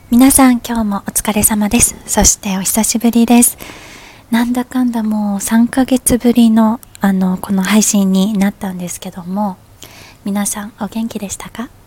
皆さん今日もお疲れ様です。そしてお久しぶりです。なんだかんだもう3ヶ月ぶりのこの配信になったんですけども、皆さんお元気でしたか？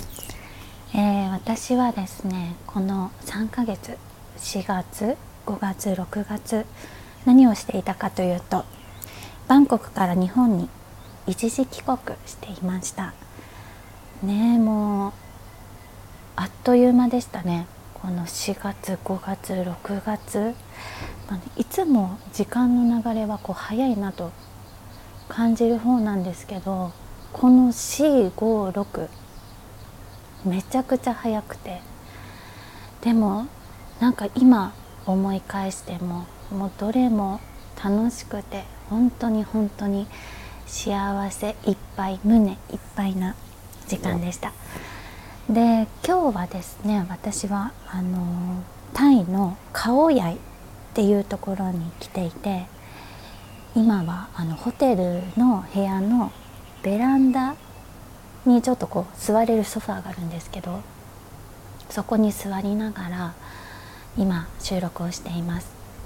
私はですね、この3ヶ月、4月、5月、6月何をしていたかというと、バンコクから日本に一時帰国していましたね。もうあっという間でしたね。この4月、5月、6月、いつも時間の流れは早いなと感じる方なんですけど、この4、5、6めちゃくちゃ早くて、でもなんか今思い返してももうどれも楽しくて、本当に幸せいっぱい、胸いっぱいな時間でした。で、今日はですね、私はタイのカオヤイっていうところに来ていて、今はホテルの部屋のベランダにちょっと座れるソファーがあるんですけど、そこに座りながら今収録をしています。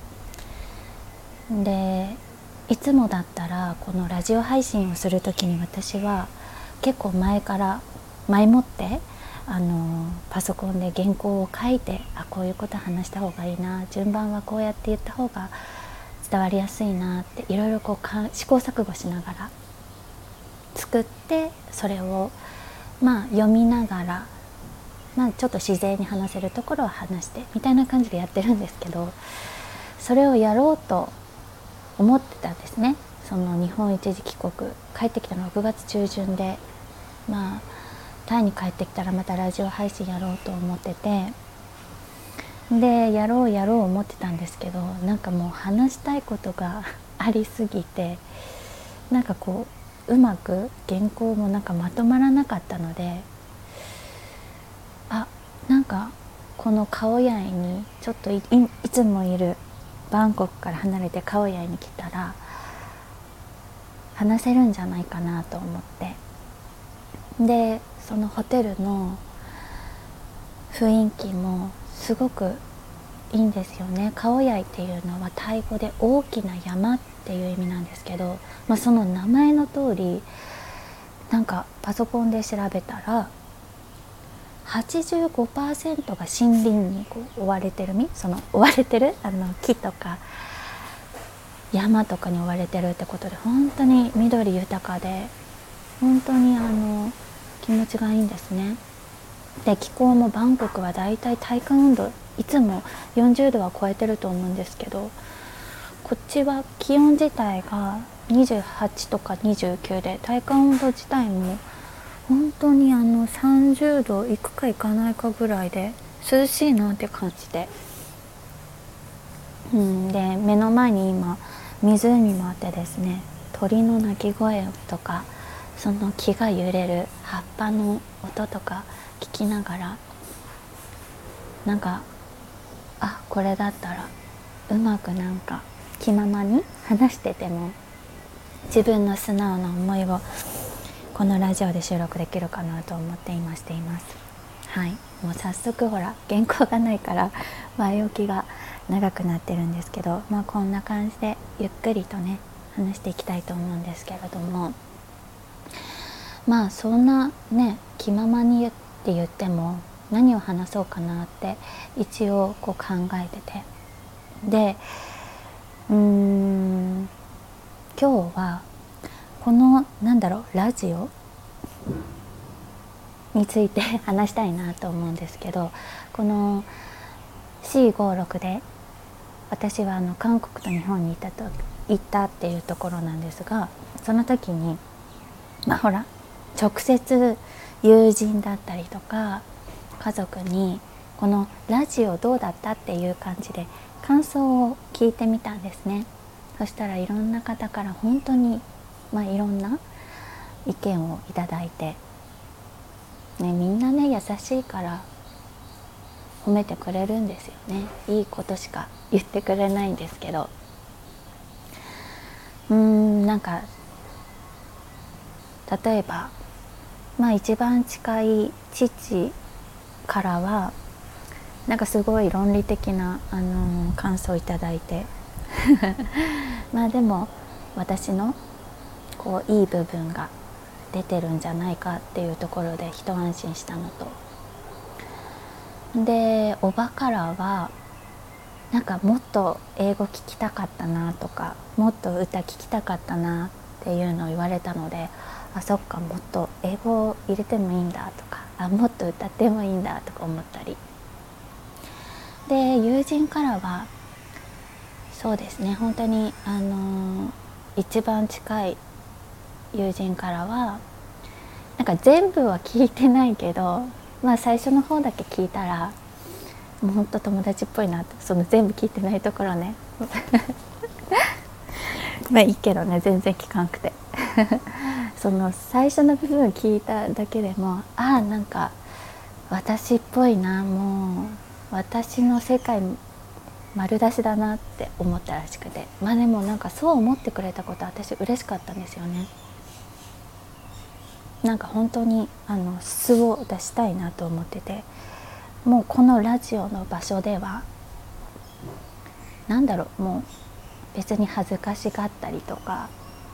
で、いつもだったらこのラジオ配信をする時に私は結構前もってパソコンで原稿を書いて、こういうこと話した方がいいな、順番はこうやって言った方が伝わりやすいなっていろいろ試行錯誤しながら作って、それを読みながら、ちょっと自然に話せるところは話してみたいな感じでやってるんですけど、それをやろうと思ってたんですね。その日本一時帰国、帰ってきたのは6月中旬で、タイに帰ってきたらまたラジオ配信やろうと思ってて、でやろう思ってたんですけど、なんかもう話したいことがありすぎて、なんかうまく原稿もまとまらなかったので、なんかこのカオヤイにちょっと いつもいるバンコクから離れてカオヤイに来たら話せるんじゃないかなと思って、でそのホテルの雰囲気もすごくいいんですよね。カオヤイっていうのはタイ語で大きな山っていう意味なんですけど、その名前の通り、なんかパソコンで調べたら 85% が森林に追われてる追われてる木とか山とかに追われてるってことで、本当に緑豊かで、本当に気持ちがいいんですね。で、気候もバンコクはだいたい体感温度いつも40度は超えてると思うんですけど、こっちは気温自体が28とか29で、体感温度自体も本当に30度いくかいかないかぐらいで涼しいなって感じで、で目の前に今湖もあってですね、鳥の鳴き声とか、その木が揺れる葉っぱの音とか聞きながら、なんかこれだったらうまく気ままに話してても自分の素直な思いをこのラジオで収録できるかなと思って今しています。はい、もう早速原稿がないから前置きが長くなってるんですけど、こんな感じでゆっくりとね話していきたいと思うんですけれども、そんなね気ままにって言っても何を話そうかなって一応考えてて、で今日はこのラジオについて話したいなと思うんですけど、この C56 で私は韓国と日本に行ったっていうところなんですが、その時に直接友人だったりとか家族にこのラジオどうだったっていう感じで感想を聞いてみたんですね。そしたらいろんな方から本当にいろんな意見をいただいて、みんなね優しいから褒めてくれるんですよね。いいことしか言ってくれないんですけど、例えば一番近い父からはなんかすごい論理的な、感想をいただいてまあでも私のこういい部分が出てるんじゃないかっていうところで一安心したのと、でおばからはなんかもっと英語聞きたかったなとか、もっと歌聞きたかったなっていうのを言われたので、あ、そっか、もっと英語を入れてもいいんだとか、あ、もっと歌ってもいいんだとか思ったりで、友人からはそうですね、本当に一番近い友人からはなんか全部は聞いてないけど、まあ最初の方だけ聞いたらもうほんと友達っぽいなって、その全部聞いてないところねまあいいけどね、全然聞かんくてその最初の部分聞いただけでも、ああなんか私っぽいな、もう私の世界丸出しだなって思ったらしくて、まあでもなんかそう思ってくれたことは私嬉しかったんですよね。なんか本当に素を出したいなと思ってて、もうこのラジオの場所ではなんだろう、もう別に恥ずかしがったりとか、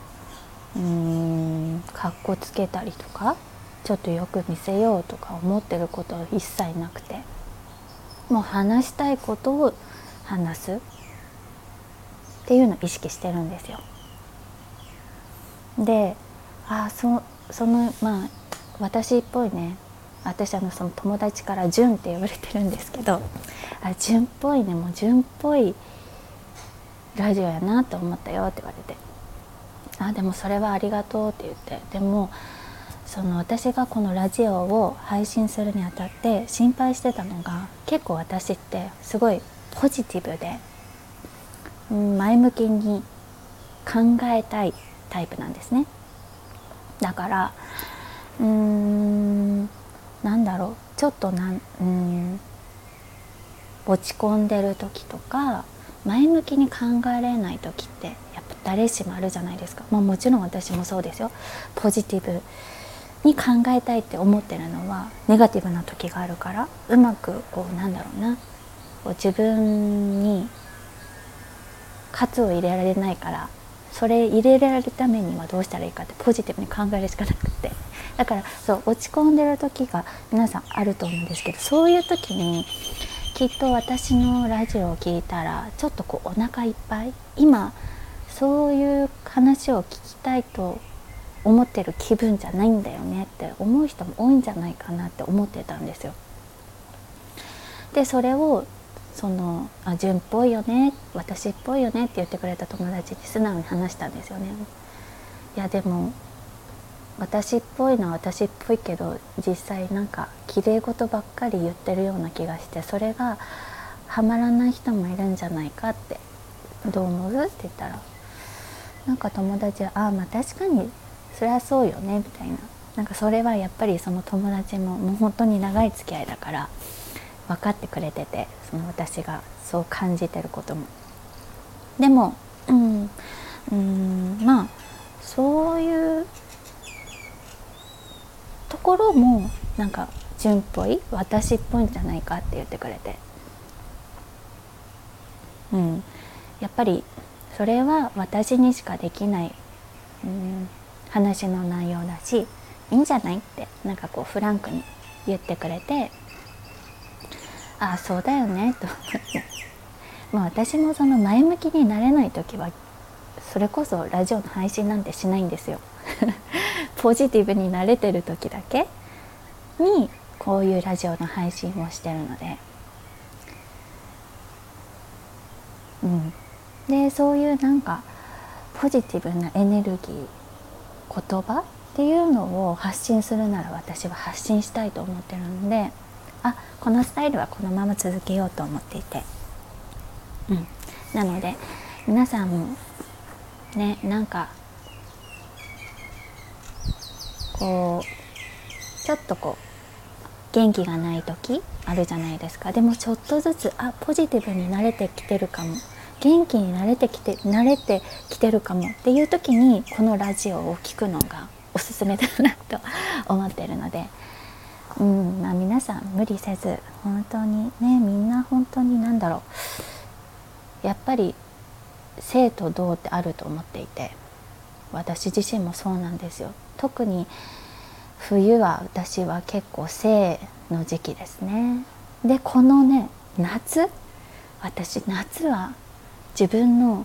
かっこつけたりとか、ちょっとよく見せようとか思ってることは一切なくて、もう話したいことを話すっていうのを意識してるんですよ。で、そのまあ私っぽいね、私その友達から純って呼ばれてるんですけど、あ、純っぽいね、もう純っぽいラジオやなと思ったよって言われて、あ、でもそれはありがとうって言って、でもその私がこのラジオを配信するにあたって心配してたのが、結構私ってすごいポジティブで、前向きに考えたいタイプなんですね。だからなんだろう、ちょっと落ち込んでる時とか前向きに考えれない時ってやっぱ誰しもあるじゃないですか。まあ、もちろん私もそうですよ。ポジティブに考えたいって思ってるのはネガティブな時があるから、うまくこうなんだろうな、こう自分に喝を入れられないから、それ入れられるためにはどうしたらいいかってポジティブに考えるしかなくて、だからそう落ち込んでる時が皆さんあると思うんですけど、そういう時にきっと私のラジオを聞いたらちょっとこうお腹いっぱい、今そういう話を聞きたいと思ってる気分じゃないんだよねって思う人も多いんじゃないかなって思ってたんですよ。でそれを純っぽいよね、私っぽいよねって言ってくれた友達に素直に話したんですよね。いやでも私っぽいのは私っぽいけど、実際なんか綺麗事ばっかり言ってるような気がして、それがハマらない人もいるんじゃないかって、どう思うって言ったら、なんか友達はまあ確かにそれはそうよねみたいな、なんかそれはやっぱりその友達ももう本当に長い付き合いだから分かってくれてて、その私がそう感じてることも。でもまあそういうところもなんか純っぽい、私っぽいんじゃないかって言ってくれて、やっぱりそれは私にしかできない、話の内容だし、いいんじゃないってなんかこうフランクに言ってくれて、ああそうだよねと思ってまあ私もその前向きになれない時はそれこそラジオの配信なんてしないんですよポジティブになれてる時だけにこういうラジオの配信をしてるので、でそういうなんかポジティブなエネルギー、言葉っていうのを発信するなら私は発信したいと思ってるので、このスタイルはこのまま続けようと思っていて、なので皆さんもね、なんかこうちょっとこう元気がない時あるじゃないですか。でもちょっとずつポジティブに慣れてきてるかも、元気に慣れてきてるかもっていう時にこのラジオを聞くのがおすすめだなと思ってるので、 まあ、皆さん無理せず本当にね、みんな本当にやっぱり静と動ってあると思っていて、私自身もそうなんですよ。特に冬は私は結構静の時期ですね。でこのね私夏は自分の、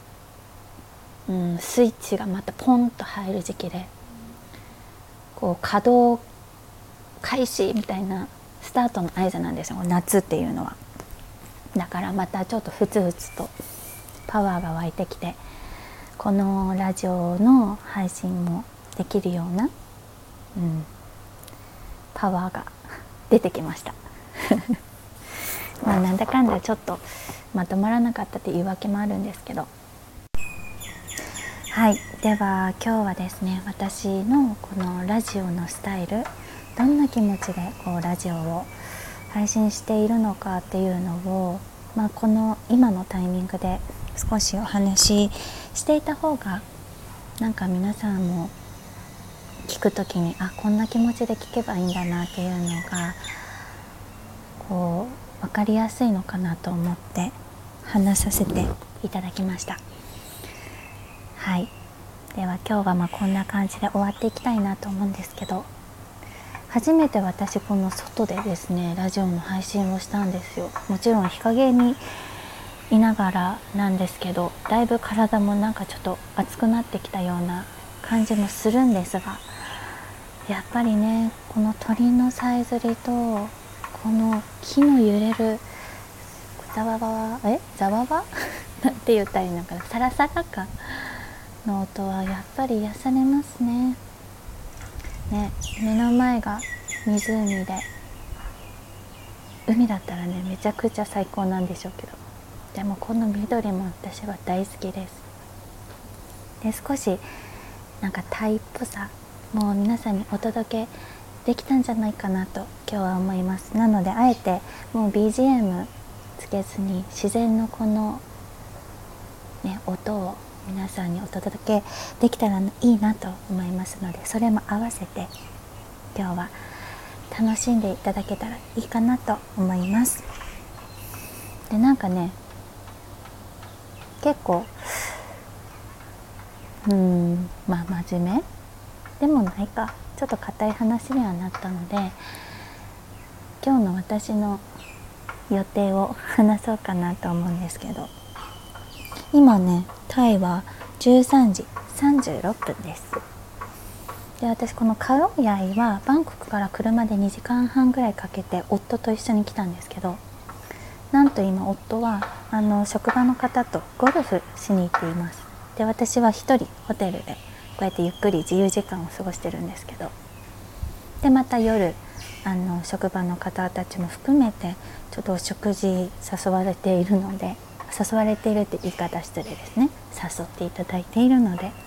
スイッチがまたポンと入る時期で、こう稼働開始みたいなスタートの合図なんですよ、夏っていうのは。だからまたちょっとふつふつとパワーが湧いてきて、このラジオの配信もできるような、パワーが出てきましたまあなんだかんだちょっとまとまらなかったって言い訳もあるんですけど、はい、では今日はですね、私のこのラジオのスタイル、どんな気持ちでこうラジオを配信しているのかっていうのを、この今のタイミングで少しお話ししていた方が、なんか皆さんも聞くときにこんな気持ちで聞けばいいんだなっていうのがこう分かりやすいのかなと思って話させていただきました。はい、では今日はこんな感じで終わっていきたいなと思うんですけど、初めて私この外でですねラジオの配信をしたんですよ。もちろん日陰にいながらなんですけど、だいぶ体もなんかちょっと熱くなってきたような感じもするんですが、やっぱりね、この鳥のさえずりとこの木の揺れるざわわなんて言ったらいいのかな、サラサラ感の音はやっぱり癒されますね。目の前が湖で、海だったらねめちゃくちゃ最高なんでしょうけど、でもこの緑も私は大好きです。で少しなんかタイっぽさもう皆さんにお届けできたんじゃないかなと今日は思います。なのであえてもう BGM つけずに自然のこの、音を皆さんにお届けできたらいいなと思いますので、それも合わせて今日は楽しんでいただけたらいいかなと思います。でなんかね、結構真面目でもないか、ちょっと硬い話にはなったので、今日の私の予定を話そうかなと思うんですけど、今ねタイは13時36分です。で私このカロヤイはバンコクから車で2時間半ぐらいかけて夫と一緒に来たんですけど、なんと今夫は職場の方とゴルフしに行っています。で私は一人ホテルでこうやってゆっくり自由時間を過ごしてるんですけど、でまた夜職場の方たちも含めてちょっとお食事誘われているので、誘われているって言い方失礼ですね、誘っていただいているので、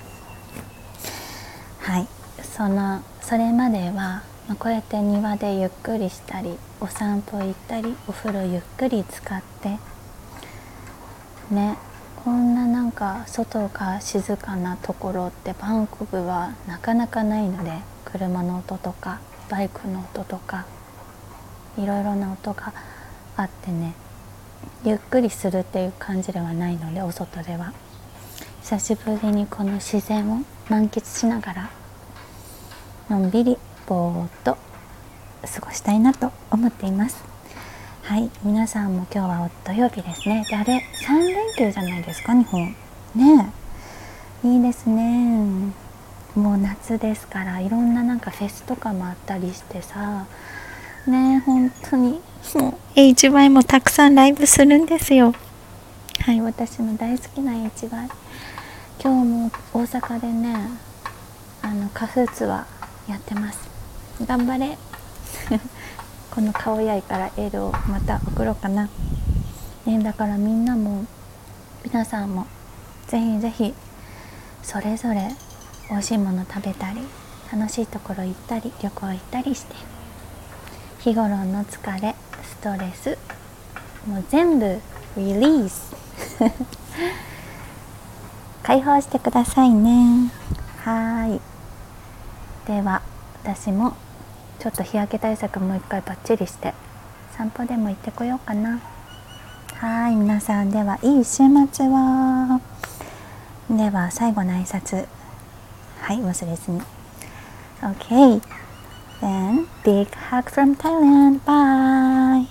はい、それまでは、こうやって庭でゆっくりしたりお散歩行ったりお風呂ゆっくり使ってね、こんななんか外が静かなところってバンコクはなかなかないので、車の音とかバイクの音とかいろいろな音があってね、ゆっくりするっていう感じではないので、お外では久しぶりにこの自然を満喫しながらのんびりぼーっと過ごしたいなと思っています。はい、皆さんも今日は土曜日ですね。であれ3連休じゃないですか、日本ね。いいですね。もう夏ですからいろんななんかフェスとかもあったりしてさね、本当にもう HY もたくさんライブするんですよ。はい、私の大好きな HY、 今日も大阪でねカフーツアーやってます。頑張れこの顔やいからエールをまた送ろうかな、だから皆さんもぜひぜひそれぞれ美味しいもの食べたり楽しいところ行ったり旅行行ったりして、日頃の疲れストレスもう全部リリース解放してくださいね。はい、では私もちょっと日焼け対策もう一回バッチリして散歩でも行ってこようかな。はい、皆さん、ではいい週末を。では最後の挨拶、はい、忘れずに。 OK, then big hug from Thailand. Bye.